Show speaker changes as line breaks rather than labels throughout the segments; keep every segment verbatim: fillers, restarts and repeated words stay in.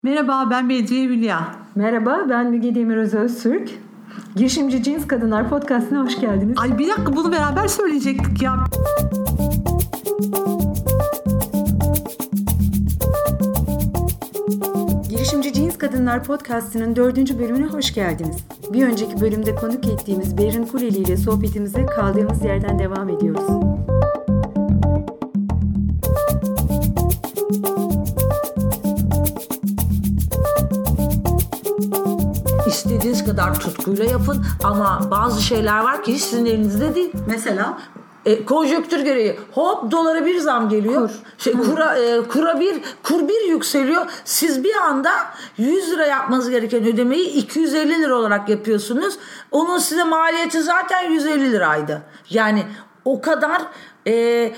Merhaba, ben Bedriye Hülya.
Merhaba, ben Müge Demiröz Öztürk. Girişimci Cins Kadınlar Podcast'ına hoş geldiniz.
Ay bir dakika, bunu beraber söyleyecektik ya.
Girişimci Cins Kadınlar Podcast'ının dördüncü bölümüne hoş geldiniz. Bir önceki bölümde konuk ettiğimiz Berin Kuleli ile sohbetimize kaldığımız yerden devam ediyoruz.
İstediğiniz kadar tutkuyla yapın ama bazı şeyler var ki hiç sizin elinizde değil.
Mesela?
E, konjonktür gereği hop dolara bir zam geliyor. Kur. Şey, kura, e, kura bir, kur bir yükseliyor. Siz bir anda yüz lira yapmanız gereken ödemeyi iki yüz elli lira olarak yapıyorsunuz. Onun size maliyeti zaten yüz elli liraydı. Yani o kadar... E,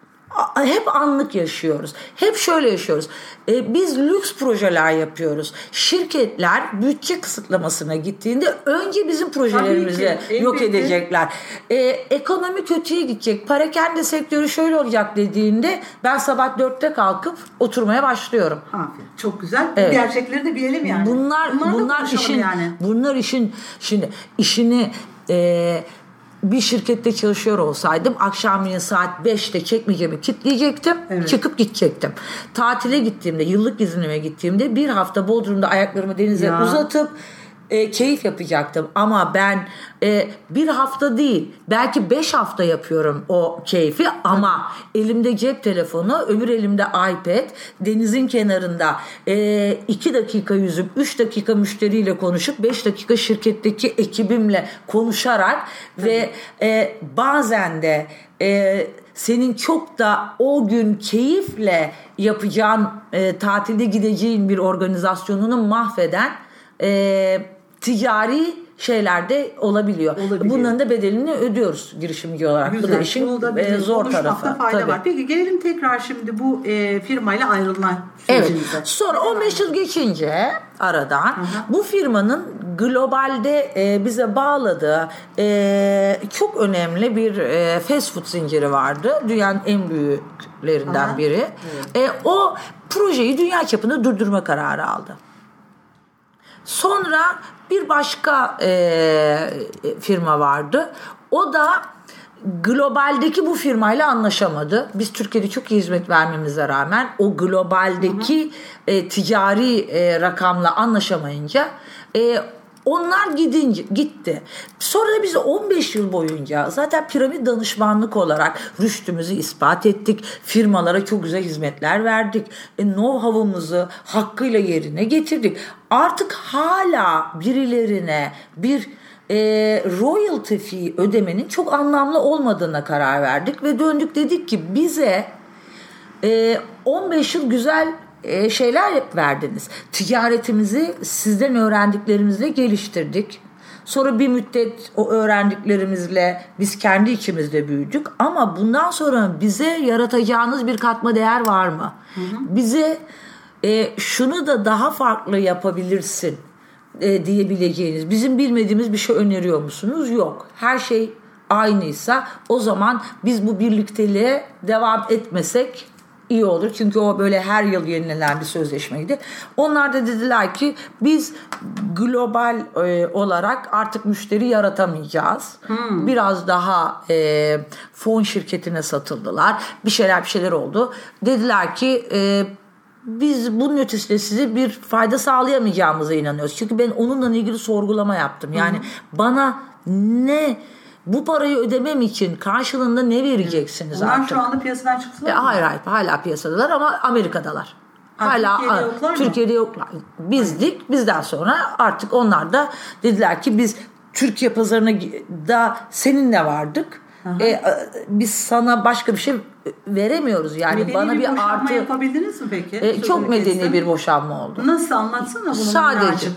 hep anlık yaşıyoruz. Hep şöyle yaşıyoruz. Ee, biz lüks projeler yapıyoruz. Şirketler bütçe kısıtlamasına gittiğinde önce bizim projelerimizi yok edecekler. Ee, ekonomi kötüye gidecek. Parakende sektörü şöyle olacak dediğinde ben sabah dörtte kalkıp oturmaya başlıyorum.
Aferin. Çok güzel. Evet. Gerçekleri de bilelim yani.
Bunlar bunlar, bunlar işin yani. Bunlar işin şimdi işini e, bir şirkette çalışıyor olsaydım akşamleyin saat beşte çekmecemi kilitleyecektim. Evet. Çıkıp gidecektim. Tatile gittiğimde, yıllık iznime gittiğimde bir hafta Bodrum'da ayaklarımı denize ya. uzatıp e, keyif yapacaktım. Ama ben e, bir hafta değil, belki beş hafta yapıyorum o keyfi ama elimde cep telefonu, öbür elimde iPad, denizin kenarında e, iki dakika yüzüp üç dakika müşteriyle konuşup beş dakika şirketteki ekibimle konuşarak Tabii. ve e, bazen de e, senin çok da o gün keyifle yapacağın e, tatilde gideceğin bir organizasyonunu mahveden e, ticari şeyler de olabiliyor. olabiliyor. Bunların da bedelini ödüyoruz girişimci olarak. Güzel. Bu da işin e, zor tarafı.
Fayda Tabii. var. Peki gelelim tekrar şimdi bu e, firmayla ayrılma sürecinize.
Evet. Sonra on beş yıl geçince aradan Aha. bu firmanın globalde e, bize bağladığı e, çok önemli bir e, fast food zinciri vardı. Dünyanın en büyüklerinden Aha. biri. Evet. E, o projeyi dünya çapında durdurma kararı aldı. Sonra bir başka e, firma vardı. O da globaldeki bu firmayla anlaşamadı. Biz Türkiye'de çok iyi hizmet vermemize rağmen o globaldeki e, ticari e, rakamla anlaşamayınca e, onlar gidince gitti. Sonra da biz on beş yıl boyunca zaten piramit danışmanlık olarak rüştümüzü ispat ettik. Firmalara çok güzel hizmetler verdik. E, know-how'umuzu hakkıyla yerine getirdik. Artık hala birilerine bir e, royalty fee ödemenin çok anlamlı olmadığına karar verdik ve döndük dedik ki bize e, on beş yıl güzel şeyler verdiniz. Ticaretimizi sizden öğrendiklerimizle geliştirdik. Sonra bir müddet o öğrendiklerimizle biz kendi içimizde büyüdük. Ama bundan sonra bize yaratacağınız bir katma değer var mı? Hı hı. Bize e, şunu da daha farklı yapabilirsin e, diyebileceğiniz, bizim bilmediğimiz bir şey öneriyor musunuz? Yok. Her şey aynıysa o zaman biz bu birlikteliğe devam etmesek İyi olur. Çünkü o böyle her yıl yenilenen bir sözleşmeydi. Onlar da dediler ki biz global e, olarak artık müşteri yaratamayacağız. Hmm. Biraz daha e, fon şirketine satıldılar. Bir şeyler bir şeyler oldu. Dediler ki e, biz bunun ötesinde size bir fayda sağlayamayacağımıza inanıyoruz. Çünkü ben onunla ilgili sorgulama yaptım. Yani hmm. bana ne... Bu parayı ödemem için karşılığında ne vereceksiniz
Onlar
artık?
Onlar şu anda piyasadan çıktılar
e, mı? Hayır hayır hala piyasadalar ama Amerika'dalar. Ha, hala
Türkiye'de yoklar mı?
Türkiye'de yoklar. Bizdik. Bizden sonra artık onlar da dediler ki biz Türkiye pazarına da seninle vardık. E, biz sana başka bir şey veremiyoruz. Yani
medeni
bana bir,
bir boşanma
artı
yapabildiniz mi peki?
E, çok medeni kesin. bir boşanma oldu.
Nasıl anlatsana bunu?
Sadece
birazcık.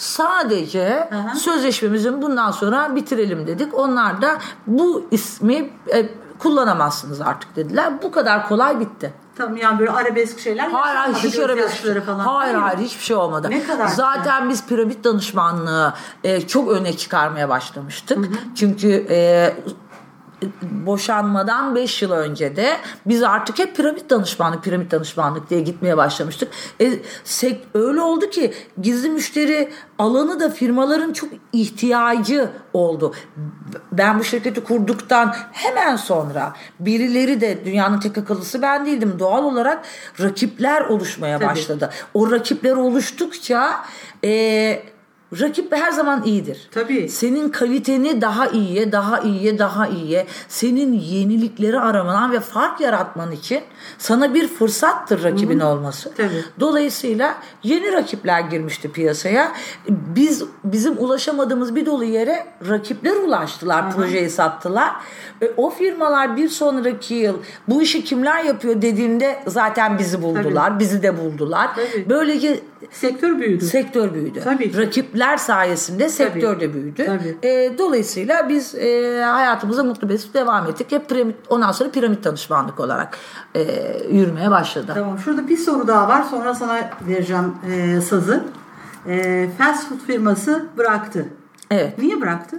Sadece Aha. sözleşmemizin bundan sonra bitirelim dedik. Onlar da bu ismi e, kullanamazsınız artık dediler. Bu kadar kolay bitti.
Tamam yani böyle arabesk şeyler.
Hayır hayır hiç arabesk falan. Hayır hayır hiçbir şey olmadı.
Ne kadar
Zaten şey? Biz piramit danışmanlığı e, çok öne çıkarmaya başlamıştık. Hı hı. Çünkü e, boşanmadan beş yıl önce de biz artık hep piramit danışmanlık, piramit danışmanlık diye gitmeye başlamıştık. E, sek, öyle oldu ki gizli müşteri alanı da firmaların çok ihtiyacı oldu. Ben bu şirketi kurduktan hemen sonra birileri de, dünyanın tek akıllısı ben değildim, doğal olarak rakipler oluşmaya Tabii. başladı. O rakipler oluştukça e, rakip her zaman iyidir.
Tabii.
Senin kaliteni daha iyiye, daha iyiye, daha iyiye, senin yenilikleri araman ve fark yaratman için sana bir fırsattır rakibin Hı-hı. olması.
Tabii.
Dolayısıyla yeni rakipler girmişti piyasaya. Biz bizim ulaşamadığımız bir dolu yere rakipler ulaştılar, Hı-hı. projeyi sattılar. E, o firmalar bir sonraki yıl bu işi kimler yapıyor dediğimde zaten bizi buldular, Tabii. bizi de buldular.
Tabii.
Böylece
sektör büyüdü.
Sektör büyüdü.
Tabii.
Rakipler sayesinde sektör Tabii. de büyüdü. E, dolayısıyla biz e, hayatımıza mutlu mesut devam ettik. Hep piramit, ondan sonra piramit danışmanlık olarak e, yürümeye başladı.
Tamam. Şurada bir soru daha var. Sonra sana vereceğim e, sazı. E, fast food firması bıraktı.
Evet.
Niye bıraktı?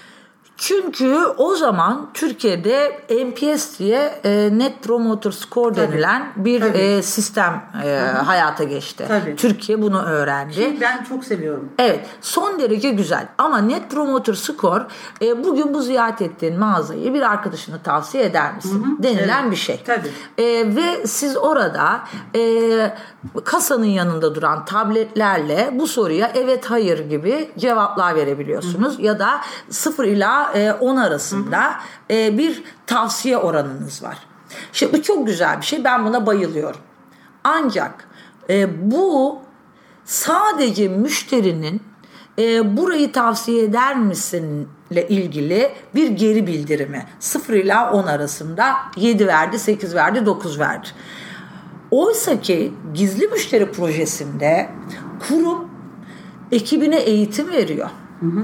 Çünkü o zaman Türkiye'de N P S diye e, Net Promoter Score Tabii. denilen bir e, sistem e, hayata geçti.
Tabii.
Türkiye bunu öğrendi.
Ki ben çok seviyorum.
Evet, son derece güzel. Ama Net Promoter Score e, bugün bu ziyaret ettiğin mağazayı bir arkadaşına tavsiye eder misin? Hı hı. Denilen evet. bir şey.
Tabii.
E, ve siz orada e, kasanın yanında duran tabletlerle bu soruya evet hayır gibi cevaplar verebiliyorsunuz. Hı hı. Ya da sıfır ila on arasında hı hı. bir tavsiye oranınız var. Şimdi bu çok güzel bir şey. Ben buna bayılıyorum. Ancak bu sadece müşterinin burayı tavsiye eder misinle ilgili bir geri bildirimi. sıfır ila on arasında yedi verdi, sekiz verdi, dokuz verdi. Oysa ki gizli müşteri projesinde kurum ekibine eğitim veriyor. Hı hı.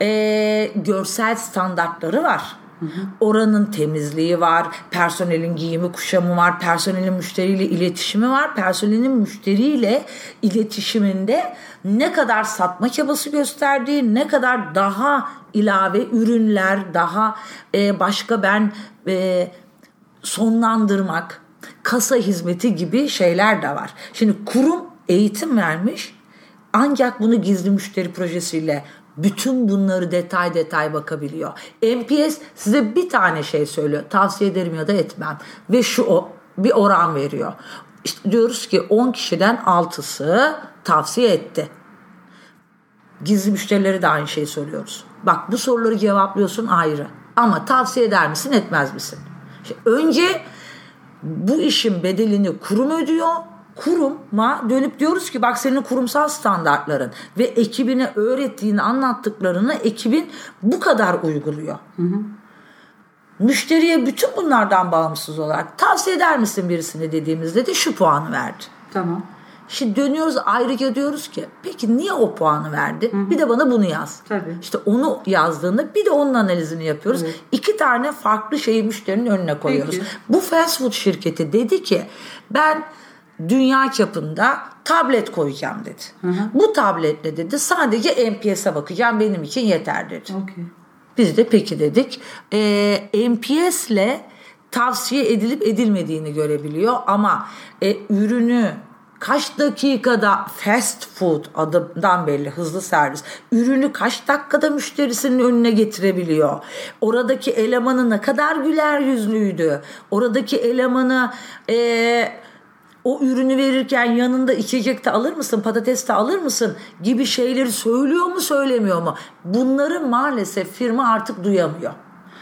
E, görsel standartları var. Hı hı. Oranın temizliği var, personelin giyimi kuşamı var, personelin müşteriyle iletişimi var. Personelin müşteriyle iletişiminde ne kadar satma çabası gösterdiği, ne kadar daha ilave ürünler, daha e, başka ben e, sonlandırmak, kasa hizmeti gibi şeyler de var. Şimdi kurum eğitim vermiş, ancak bunu gizli müşteri projesiyle bütün bunları detay detay bakabiliyor. N P S size bir tane şey söylüyor. Tavsiye ederim ya da etmem. Ve şu o bir oran veriyor. İşte diyoruz ki on kişiden altısı tavsiye etti. Gizli müşterileri de aynı şeyi soruyoruz. Bak bu soruları cevaplıyorsun ayrı. Ama tavsiye eder misin etmez misin? İşte önce bu işin bedelini kurum ödüyor. Kuruma dönüp diyoruz ki bak senin kurumsal standartların ve ekibine öğrettiğini, anlattıklarını ekibin bu kadar uyguluyor. Hı hı. Müşteriye bütün bunlardan bağımsız olarak tavsiye eder misin birisine dediğimizde de şu puanı verdi.
Tamam.
Şimdi dönüyoruz ayrıca diyoruz ki peki niye o puanı verdi? Hı hı. Bir de bana bunu yaz.
Tabii.
İşte onu yazdığında bir de onun analizini yapıyoruz. Evet. İki tane farklı şeyi müşterinin önüne koyuyoruz. Peki. Bu fast food şirketi dedi ki ben dünya çapında tablet koyacağım dedi. Hı hı. Bu tabletle dedi sadece N P S'e bakacağım benim için yeter dedi.
Okay.
Biz de peki dedik. Ee, N P S'le tavsiye edilip edilmediğini görebiliyor ama e, ürünü kaç dakikada fast food adından belli hızlı servis ürünü kaç dakikada müşterisinin önüne getirebiliyor. Oradaki elemanı ne kadar güler yüzlüydü. Oradaki elemanı e, o ürünü verirken yanında içecek de alır mısın, patates de alır mısın gibi şeyleri söylüyor mu söylemiyor mu? Bunları maalesef firma artık duyamıyor.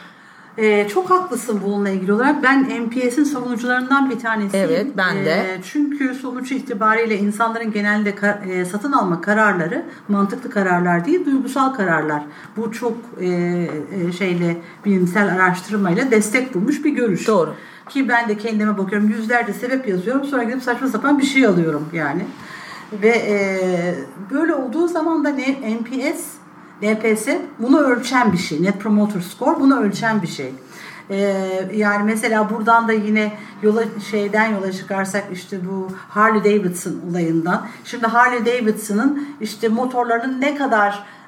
Ee, çok haklısın bununla ilgili olarak. Ben N P S'in savunucularından bir tanesiyim.
Evet, ben de.
Ee, çünkü sonuç itibariyle insanların genelde kar, e, satın alma kararları mantıklı kararlar değil, duygusal kararlar. Bu çok e, e, şeyle bilimsel araştırmayla destek bulmuş bir görüş.
Doğru.
Ki ben de kendime bakıyorum. Yüzlerce sebep yazıyorum. Sonra gidip saçma sapan bir şey alıyorum yani. Ve e, böyle olduğu zaman da N P S N P S bunu ölçen bir şey. Net Promoter Score bunu ölçen bir şey. Ee, yani mesela buradan da yine yola şeyden yola çıkarsak işte bu Harley Davidson olayından. Şimdi Harley Davidson'ın işte motorlarının ne kadar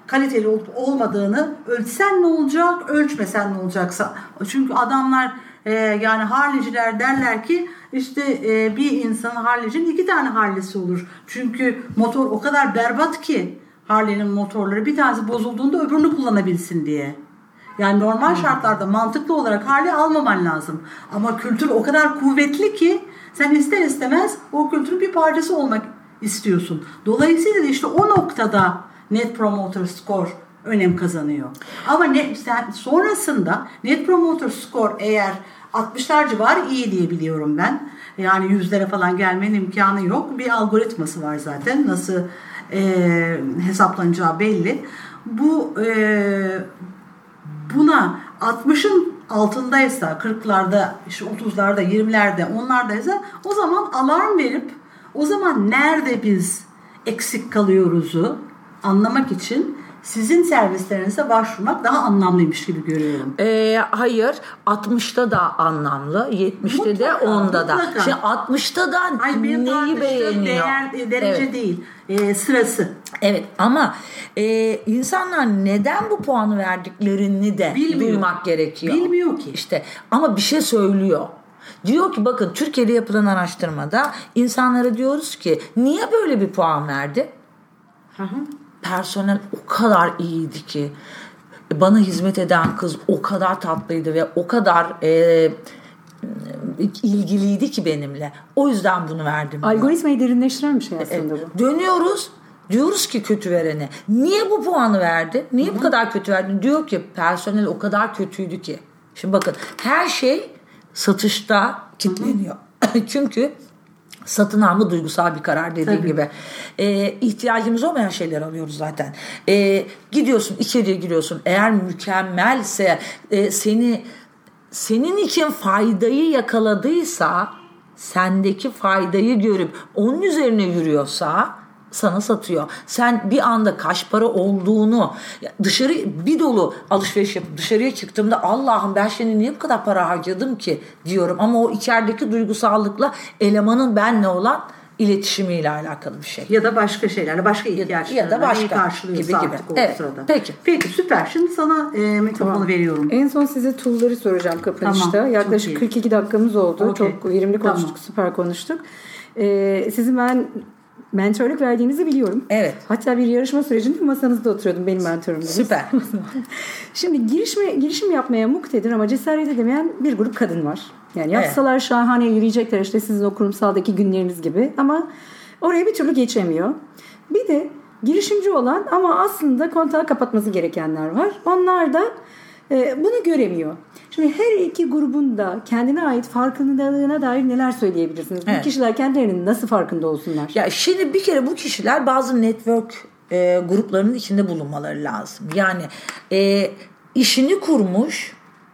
kaliteli olup olmadığını ölçsen ne olacak, ölçmesen ne olacaksa. Çünkü adamlar e, yani Harley'ciler derler ki işte e, bir insanın Harley'cinin iki tane Harley'si olur. Çünkü motor o kadar berbat ki Harley'nin motorları bir tanesi bozulduğunda öbürünü kullanabilsin diye. Yani normal şartlarda mantıklı olarak Harley almaman lazım. Ama kültür o kadar kuvvetli ki sen ister istemez o kültürün bir parçası olmak istiyorsun. Dolayısıyla da işte o noktada Net Promoter Score önem kazanıyor. Ama ne, sen, sonrasında Net Promoter Score eğer altmışlar civarı iyi diye biliyorum ben. Yani yüzlere falan gelmenin imkanı yok. Bir algoritması var zaten. Nasıl e, hesaplanacağı belli. Bu e, buna altmışın altındaysa, kırklarda, işte otuzlarda, yirmilerde, onlardaysa o zaman alarm verip o zaman nerede biz eksik kalıyoruzu anlamak için sizin servislerinize başvurmak daha anlamlıymış gibi görüyorum.
Ee, hayır, altmışta da anlamlı, yetmişte mutlaka, de onda da. Mutlaka. Şimdi altmışta da Ay, neyi beğeniyor?
Değer, derece evet. değil, e, sırası.
Evet ama e, insanlar neden bu puanı verdiklerini de bilmiyor. Duymak gerekiyor.
Bilmiyor ki.
İşte ama bir şey söylüyor. Diyor ki bakın Türkiye'de yapılan araştırmada insanlara diyoruz ki niye böyle bir puan verdi? Hı hı. Personel o kadar iyiydi ki bana hizmet eden kız o kadar tatlıydı ve o kadar e, ilgiliydi ki benimle. O yüzden bunu verdim.
Algoritmayı derinleştiren bir şey aslında
e, bu. Dönüyoruz. Diyoruz ki kötü verene. Niye bu puanı verdi? Niye Hı-hı. bu kadar kötü verdi? Diyor ki personel o kadar kötüydü ki. Şimdi bakın her şey satışta kilitleniyor. Çünkü satın alma duygusal bir karar dediğim Tabii. gibi. Ee, ihtiyacımız olmayan şeyler alıyoruz zaten. Ee, gidiyorsun içeriye giriyorsun. Eğer mükemmelse e, seni senin için faydayı yakaladıysa sendeki faydayı görüp onun üzerine yürüyorsa sana satıyor. Sen bir anda kaç para olduğunu dışarı bir dolu alışveriş yapıp dışarıya çıktığımda Allah'ım ben şimdi niye bu kadar para harcadım ki diyorum. Ama o içerideki duygusallıkla elemanın benle olan iletişimiyle alakalı bir şey.
Ya da başka şeylerle, başka ihtiyaçlarla
ya da başka gibi gibi. Evet.
Sırada.
Peki.
Peki süper. Şimdi sana e, mikrofonu tamam. veriyorum.
En son size tool'ları soracağım kapanışta. Tamam. Yaklaşık kırk iki dakikamız oldu. Okay. Çok verimli konuştuk, tamam. süper konuştuk. Ee, sizin ben mentörlük verdiğinizi biliyorum.
Evet.
Hatta bir yarışma sürecinde masanızda oturuyordum benim mentörümle.
Süper.
Şimdi girişme, girişim yapmaya muktedir ama cesaret edemeyen bir grup kadın var. Yani yapsalar evet. şahane yürüyecekler işte sizin o kurumsaldaki günleriniz gibi ama oraya bir türlü geçemiyor. Bir de girişimci olan ama aslında kontağı kapatması gerekenler var. Onlar da e, bunu göremiyor. Şimdi her iki grubun da kendine ait farkındalığına dair neler söyleyebilirsiniz? Evet. Bu kişiler kendilerinin nasıl farkında olsunlar?
Ya şimdi bir kere bu kişiler bazı network e, gruplarının içinde bulunmaları lazım. Yani e, işini kurmuş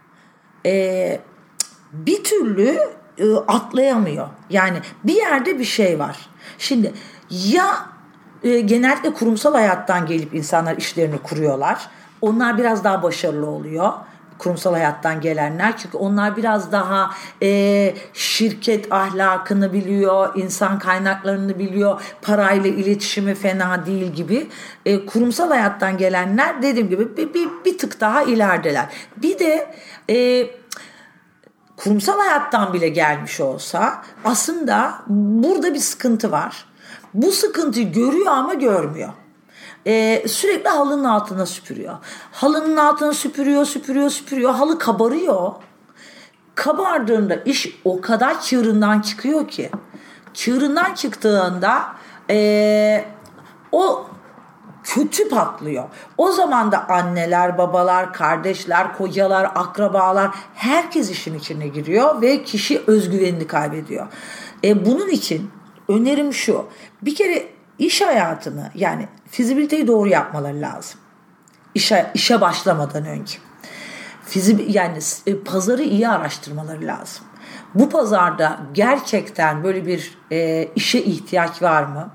e, bir türlü e, atlayamıyor. Yani bir yerde bir şey var. Şimdi ya e, genellikle kurumsal hayattan gelip insanlar işlerini kuruyorlar. Onlar biraz daha başarılı oluyor. Kurumsal hayattan gelenler çünkü onlar biraz daha e, şirket ahlakını biliyor, insan kaynaklarını biliyor, parayla iletişimi fena değil gibi. E, kurumsal hayattan gelenler dediğim gibi bir, bir, bir tık daha ilerideler. Bir de e, kurumsal hayattan bile gelmiş olsa aslında burada bir sıkıntı var. Bu sıkıntıyı görüyor ama görmüyor. Ee, sürekli halının altına süpürüyor. Halının altına süpürüyor, süpürüyor, süpürüyor. Halı kabarıyor. Kabardığında iş o kadar çığırından çıkıyor ki. Çığırından çıktığında ee, o kötü patlıyor. O zaman da anneler, babalar, kardeşler, kocalar, akrabalar herkes işin içine giriyor ve kişi özgüvenini kaybediyor. E, bunun için önerim şu. Bir kere iş hayatını yani fizibiliteyi doğru yapmaları lazım. İşe, işe başlamadan önce. Fizibil, yani pazarı iyi araştırmaları lazım. Bu pazarda gerçekten böyle bir e, işe ihtiyaç var mı?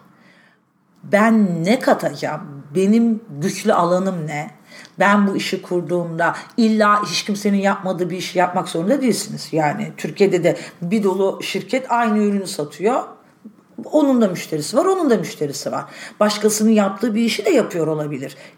Ben ne katacağım? Benim güçlü alanım ne? Ben bu işi kurduğumda illa hiç kimsenin yapmadığı bir işi yapmak zorunda değilsiniz. Yani Türkiye'de de bir dolu şirket aynı ürünü satıyor. Onun da müşterisi var, onun da müşterisi var. Başkasının yaptığı bir işi de yapıyor olabilir.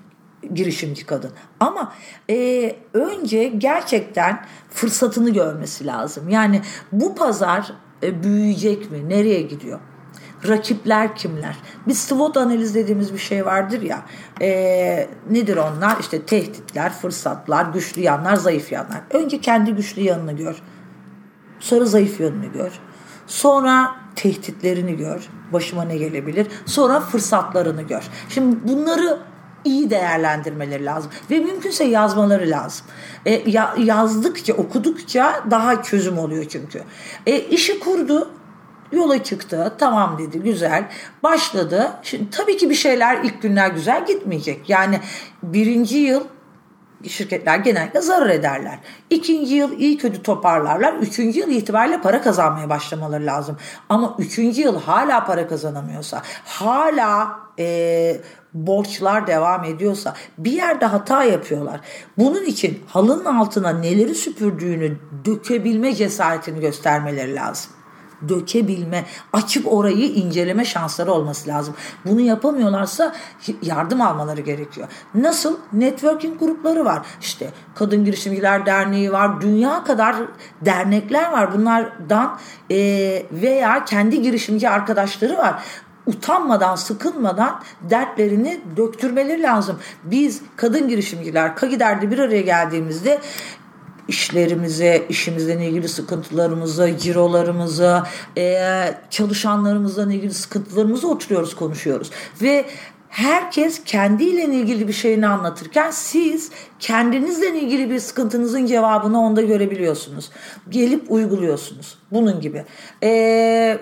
girişimci kadın. Ama e, önce gerçekten fırsatını görmesi lazım. Yani bu pazar e, büyüyecek mi? Nereye gidiyor? Rakipler kimler? Bir SWOT analiz dediğimiz bir şey vardır ya. E, nedir onlar? İşte tehditler, fırsatlar, güçlü yanlar, zayıf yanlar. Önce kendi güçlü yanını gör. Sonra zayıf yönünü gör. Sonra tehditlerini gör. Başıma ne gelebilir? Sonra fırsatlarını gör. Şimdi bunları iyi değerlendirmeleri lazım. Ve mümkünse yazmaları lazım. E, ya, yazdıkça, okudukça daha çözüm oluyor çünkü. E, işi kurdu. Yola çıktı. Tamam dedi. Güzel. Başladı. Şimdi tabii ki bir şeyler ilk günler güzel gitmeyecek. Yani birinci yıl şirketler genellikle zarar ederler. İkinci yıl iyi kötü toparlarlar. Üçüncü yıl itibariyle para kazanmaya başlamaları lazım. Ama üçüncü yıl hala para kazanamıyorsa, hala e, borçlar devam ediyorsa, bir yerde hata yapıyorlar. Bunun için halının altına neleri süpürdüğünü dökebilme cesaretini göstermeleri lazım. Dökebilme, açıp orayı inceleme şansları olması lazım. Bunu yapamıyorlarsa yardım almaları gerekiyor. Nasıl? Networking grupları var. İşte Kadın Girişimciler Derneği var. Dünya kadar dernekler var. Bunlardan e, veya kendi girişimci arkadaşları var. Utanmadan, sıkılmadan dertlerini döktürmeleri lazım. Biz kadın girişimciler Kagider'de bir araya geldiğimizde işlerimize, işimizle ilgili sıkıntılarımızı, cirolarımızı, e, çalışanlarımızla ilgili sıkıntılarımızı oturuyoruz, konuşuyoruz. Ve herkes kendiyle ilgili bir şeyini anlatırken siz kendinizle ilgili bir sıkıntınızın cevabını onda görebiliyorsunuz. Gelip uyguluyorsunuz. Bunun gibi. Eee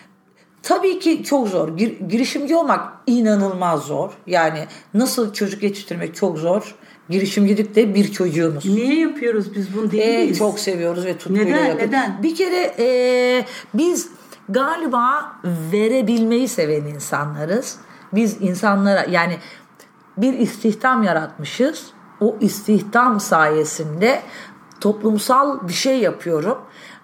Tabii ki çok zor. Gir, girişimci olmak inanılmaz zor. Yani nasıl çocuk yetiştirmek çok zor. Girişimcilik de bir çocuğumuz.
Niye yapıyoruz biz bunu değil
ee,
miyiz?
Çok seviyoruz ve tutkuyla
neden,
yapıyoruz.
Neden?
Bir kere e, biz galiba verebilmeyi seven insanlarız. Biz insanlara yani bir istihdam yaratmışız. O istihdam sayesinde toplumsal bir şey yapıyorum.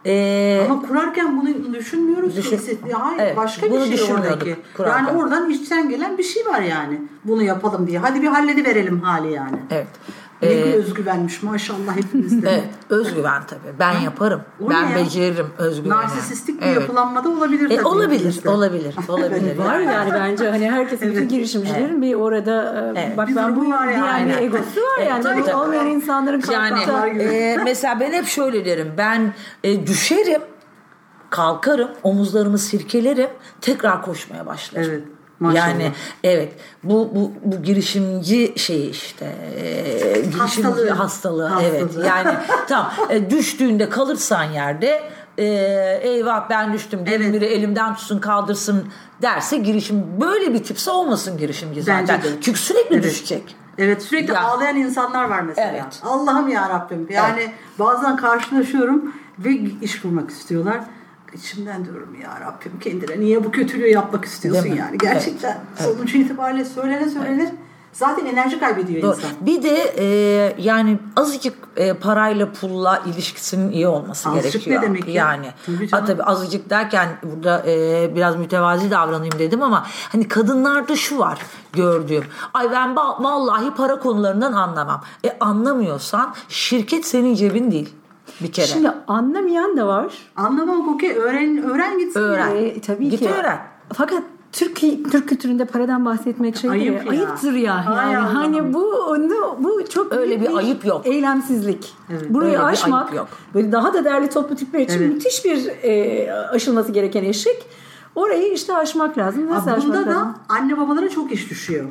Ee, Ama kurarken bunu düşünmüyoruz.
Düşün,
ki. Hayır,
evet,
başka bir şey oradaki.
Kurarken.
Yani oradan içten gelen bir şey var yani. Bunu yapalım diye. Hadi bir hallediverelim hali yani.
Evet.
Ne
ee,
özgüvenmiş maşallah hepimizde.
Evet, özgüven tabii. Ben yaparım. O ben beceririm özgüveni.
Narsistik bir evet. yapılanmada olabilir tabii.
E, olabilir, olabilir, olabilir.
Var yani bence hani herkesin evet. bütün girişimcilerin evet. bir orada evet. bak ben bu var yani bir egosu var evet, yani. Tabii, tabii. Olmayan insanların kalkmakta.
Yani e, mesela ben hep şöyle derim. Ben e, düşerim, kalkarım, omuzlarımı sirkelerim, tekrar koşmaya başlarım. Evet. Maşallah. Yani evet bu bu bu girişimci şeyi işte e, girişimci hastalığı, hastalığı, hastalığı. Evet yani tam e, düştüğünde kalırsan yerde e, eyvah ben düştüm evet. biri elimden tutsun kaldırsın derse girişim böyle bir tipse olmasın girişimci zaten. Çünkü sürekli evet. düşecek.
Evet sürekli ya. Ağlayan insanlar var mesela. Evet. Allah'ım ya Rabbim. Yani evet. bazen karşılaşıyorum ve iş kurmak istiyorlar. İçimden diyorum ya Rabbim kendine niye bu kötülüğü yapmak istiyorsun yani gerçekten evet. sonuç itibariyle söylene söylenir evet. zaten enerji kaybediyor Doğru. insan.
Bir de e, yani azıcık e, parayla pulla ilişkisinin iyi olması azıcık gerekiyor. Azıcık ne demek ya? Yani tabii, a, tabii azıcık derken burada e, biraz mütevazi davranayım dedim ama hani kadınlarda şu var gördüğüm. Ay ben vallahi para konularından anlamam. E anlamıyorsan şirket senin cebin değil. Bir kere.
Şimdi anlamayan da var.
Anlamamak okey. Öğren, öğren gitsin.
Öğren.
E, tabii
Git
ki.
öğren.
Fakat Türk Türk kültüründe paradan bahsetmek şey
Ayıp
ya. ayıptır ya. Yani hani bu onu bu çok
öyle bir, bir ayıp yok.
Eylemsizlik.
Evet.
Burayı
öyle
aşmak
yok.
Böyle daha da değerli toplu tipler için evet. müthiş bir e, aşılması gereken eşik. Orayı işte aşmak lazım. Nasıl
Abi
aşmak
bunda
lazım?
da anne babalara çok iş düşüyor.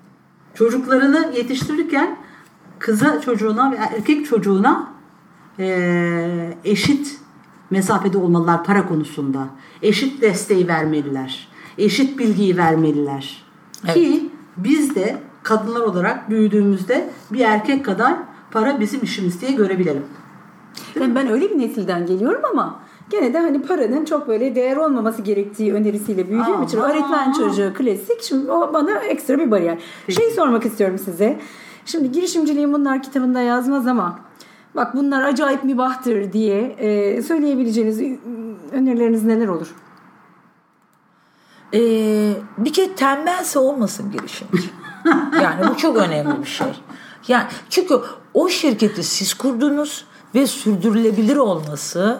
Çocuklarını yetiştirirken kıza çocuğuna ve erkek çocuğuna Ee, eşit mesafede olmalılar para konusunda. Eşit desteği vermeliler. Eşit bilgiyi vermeliler. Evet. Ki biz de kadınlar olarak büyüdüğümüzde bir erkek kadar para bizim işimiz diye görebilelim.
Ben, ben öyle bir nesilden geliyorum ama gene de hani paranın çok böyle değer olmaması gerektiği önerisiyle büyüdüğüm Aha. için öğretmen çocuğu klasik. Şimdi o bana ekstra bir bariyer. Peki. Şey sormak istiyorum size. Şimdi girişimciliğin bunlar kitabında yazmaz ama bak bunlar acayip mübahtır diye e, söyleyebileceğiniz önerileriniz neler olur?
Ee, bir kere tembelse olmasın girişimci. Yani bu çok önemli bir şey. Yani çünkü o şirketi siz kurdunuz ve sürdürülebilir olması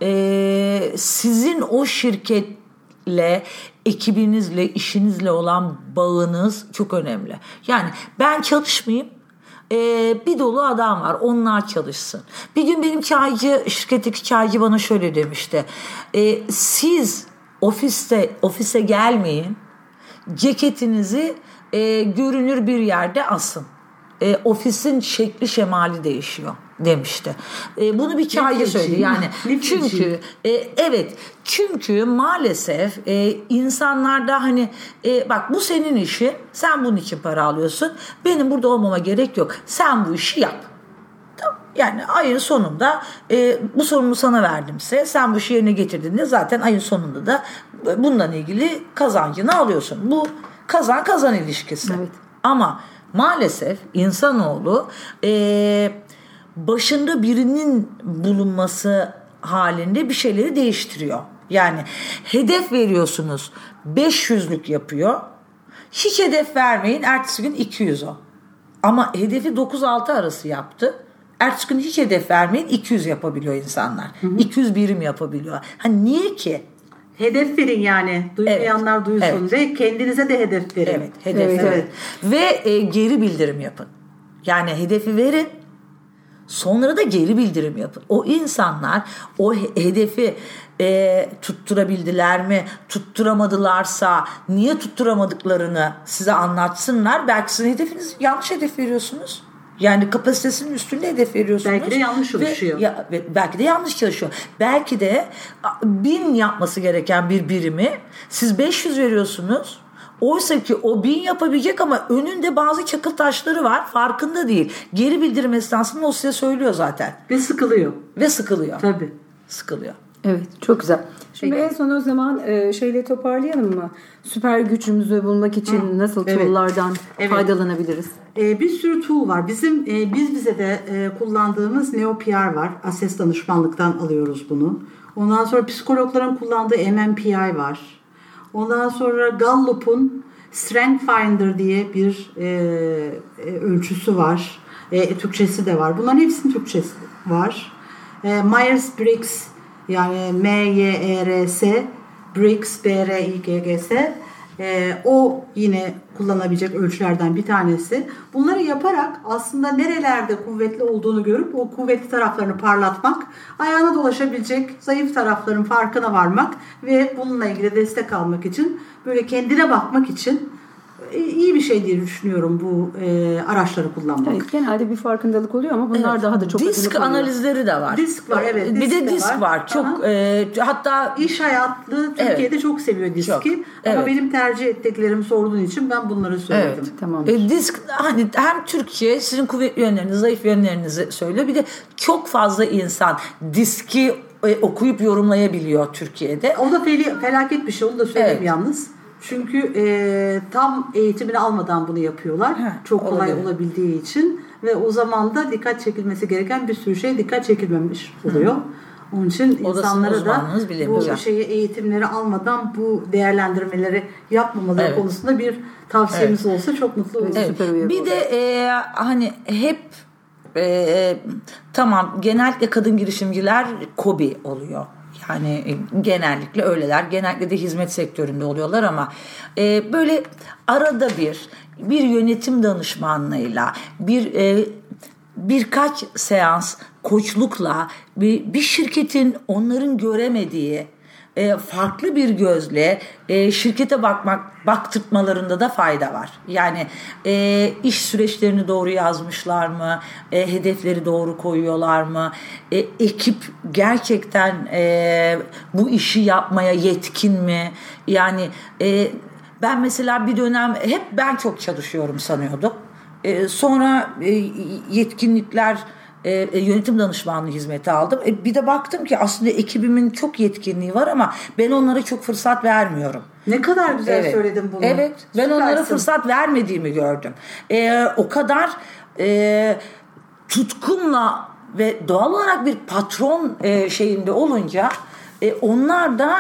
e, sizin o şirketle, ekibinizle, işinizle olan bağınız çok önemli. Yani ben çalışmayayım. Ee, bir dolu adam var, onlar çalışsın. Bir gün benim çaycı, şirketteki çaycı bana şöyle demişti. Ee, siz ofiste ofise gelmeyin, ceketinizi e, görünür bir yerde asın. E, ofisin şekli şemali değişiyor demişti. E, bunu bir çaycı söyledi. Yani çünkü e, evet çünkü maalesef e, insanlarda hani e, bak bu senin işin, sen bunun için para alıyorsun. Benim burada olmama gerek yok. Sen bu işi yap. Yani ayın sonunda e, bu sorumluluğu sana verdimse sen bu işi yerine getirdiğinde zaten ayın sonunda da bununla ilgili kazancını alıyorsun. Bu kazan kazan ilişkisi.
Evet.
Ama maalesef insanoğlu e, başında birinin bulunması halinde bir şeyleri değiştiriyor. Yani hedef veriyorsunuz, beş yüzlük yapıyor. Hiç hedef vermeyin, ertesi gün iki yüz o. Ama hedefi dokuz altı arası yaptı. Ertesi gün hiç hedef vermeyin, iki yüz yapabiliyor insanlar. Hı hı. iki yüz birim yapabiliyor. Hani niye ki?
Hedef verin yani. Duymayanlar evet, duysun evet. Ve kendinize de hedef verin.
Evet, hedef evet, verin. Evet. Ve e, geri bildirim yapın. Yani hedefi verin. Sonra da geri bildirim yapın. O insanlar o hedefi e, tutturabildiler mi? Tutturamadılarsa niye tutturamadıklarını size anlatsınlar. Belki sizin hedefiniz yanlış hedef veriyorsunuz. Yani kapasitesinin üstünde hedef veriyorsunuz.
Belki de yanlış çalışıyor.
Ve, ya, ve belki de yanlış çalışıyor. Belki de bin yapması gereken bir birimi siz beş yüz veriyorsunuz. Oysa ki o bin yapabilecek ama önünde bazı çakıl taşları var. Farkında değil. Geri bildirim esnasında o size söylüyor zaten.
Ve sıkılıyor.
Ve sıkılıyor.
Tabii.
Sıkılıyor.
Evet, çok güzel. Şimdi
Peki.
en son o zaman e, şeyle toparlayalım mı? Süper gücümüzü bulmak için Hı. nasıl
evet.
tool'lardan evet. faydalanabiliriz?
E, bir sürü tool var. Bizim e, biz bize de e, kullandığımız NeoPR var. Ases danışmanlıktan alıyoruz bunu. Ondan sonra psikologların kullandığı M M P I var. Ondan sonra Gallup'un Strength Finder diye bir e, e, ölçüsü var. E, Türkçesi de var. Bunların hepsinin Türkçesi var. E, Myers-Briggs yani M Y E R S Briggs B R I G G S e, o yine kullanabilecek ölçülerden bir tanesi. Bunları yaparak aslında nerelerde kuvvetli olduğunu görüp o kuvvetli taraflarını parlatmak, ayağına dolaşabilecek zayıf tarafların farkına varmak ve bununla ilgili destek almak için, böyle kendine bakmak için iyi bir şey diye düşünüyorum bu e, araçları kullanmak.
Evet, genelde bir farkındalık oluyor ama bunlar evet. daha da çok
disk analizleri de var.
Disk var evet.
Bir
disk
de disk var. var. Çok e, hatta
iş hayatlı Türkiye'de evet. çok seviyor diski. Çok. Ama evet. benim tercih ettiklerimi sorduğun için ben bunları söyledim.
Evet, tamam.
E, disk hani hem Türkiye sizin kuvvetli yönlerinizi, zayıf yönlerinizi söylüyor. Bir de çok fazla insan diski e, okuyup yorumlayabiliyor Türkiye'de.
O da fel- felaket bir şey. Onu da söyleyeyim evet. yalnız. Çünkü e, tam eğitimini almadan bunu yapıyorlar. Heh, çok kolay olabilir. olabildiği için ve o zaman da dikkat çekilmesi gereken bir sürü şey dikkat çekilmemiş oluyor. Hı. Onun için o insanlara da bu şeyi eğitimleri almadan bu değerlendirmeleri yapmamaları evet. konusunda bir tavsiyemiz evet. olsa çok mutlu oluruz.
Evet. Bir de e, hani hep e, tamam genellikle kadın girişimciler KOBİ oluyor. Hani genellikle öyleler. Genellikle de hizmet sektöründe oluyorlar ama e, böyle arada bir bir yönetim danışmanlığıyla bir e, birkaç seans koçlukla bir, bir şirketin onların göremediği e, farklı bir gözle e, şirkete bakmak baktırtmalarında da fayda var. Yani e, iş süreçlerini doğru yazmışlar mı? E, hedefleri doğru koyuyorlar mı? E, ekip gerçekten e, bu işi yapmaya yetkin mi? Yani e, ben mesela bir dönem hep ben çok çalışıyorum sanıyordum. E, sonra e, yetkinlikler E, yönetim danışmanlığı hizmeti aldım. E, bir de baktım ki aslında ekibimin çok yetkinliği var ama ben onlara çok fırsat vermiyorum.
Ne kadar güzel evet. söyledin bunu.
Evet. Ben Süpersin. onlara fırsat vermediğimi gördüm. E, o kadar e, tutkumla ve doğal olarak bir patron e, şeyinde olunca e, onlar da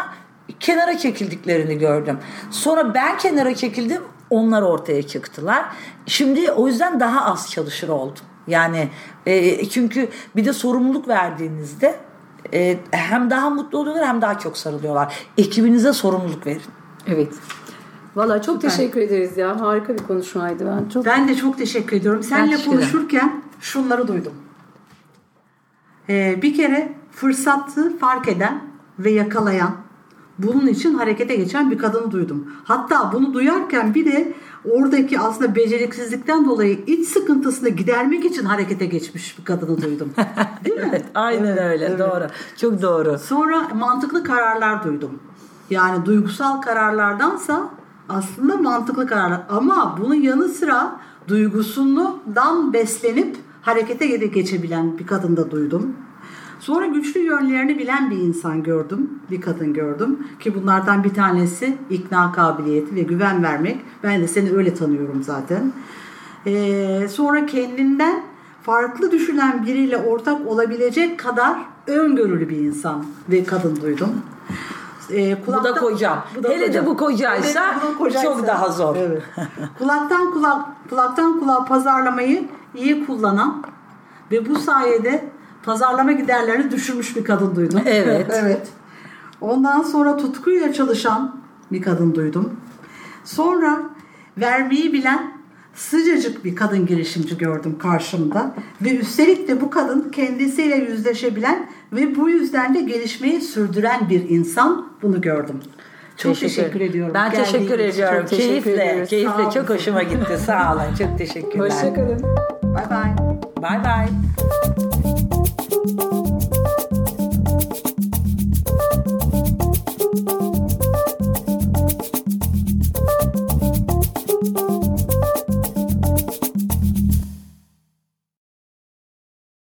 kenara çekildiklerini gördüm. Sonra ben kenara çekildim, onlar ortaya çıktılar. Şimdi o yüzden daha az çalışır oldum. Yani e, çünkü bir de sorumluluk verdiğinizde e, hem daha mutlu oluyorlar hem daha çok sarılıyorlar. Ekibinize sorumluluk verin.
Evet. Valla çok Süper. Teşekkür ederiz ya. Harika bir konuşmaydı. Ben çok
Ben de çok teşekkür ediyorum. Seninle konuşurken şunları duydum. Ee, bir kere fırsatı fark eden ve yakalayan, bunun için harekete geçen bir kadını duydum. Hatta bunu duyarken bir de oradaki aslında beceriksizlikten dolayı iç sıkıntısını gidermek için harekete geçmiş bir kadını duydum. Değil mi?
Evet, aynen evet, öyle. Evet. Doğru. Çok doğru.
Sonra mantıklı kararlar duydum. Yani duygusal kararlardansa aslında mantıklı kararlar. Ama bunun yanı sıra duygusundan beslenip harekete geçebilen bir kadın da duydum. Sonra güçlü yönlerini bilen bir insan gördüm. Bir kadın gördüm. Ki bunlardan bir tanesi ikna kabiliyeti ve güven vermek. Ben de seni öyle tanıyorum zaten. Ee, sonra kendinden farklı düşünen biriyle ortak olabilecek kadar öngörülü bir insan ve kadın duydum.
Ee, kulaktan, bu da kocam. Bu da Hele kocam. de bu kocaysa, evet, bu kocaysa çok daha zor.
Evet. kulaktan kulak, kulaktan kulağa pazarlamayı iyi kullanan ve bu sayede pazarlama giderlerini düşürmüş bir kadın duydum.
Evet.
evet. Ondan sonra tutkuyla çalışan bir kadın duydum. Sonra vermeyi bilen sıcacık bir kadın girişimci gördüm karşımda. Ve üstelik de bu kadın kendisiyle yüzleşebilen ve bu yüzden de gelişmeyi sürdüren bir insan, bunu gördüm. Çok teşekkür, teşekkür ediyorum.
Ben
Geldiğiniz
teşekkür ediyorum.
Çok teşekkür
keyifle, keyifle çok hoşuma gitti. Sağ olun. Çok teşekkürler.
Hoşçakalın.
Bye bye.
Bye bye.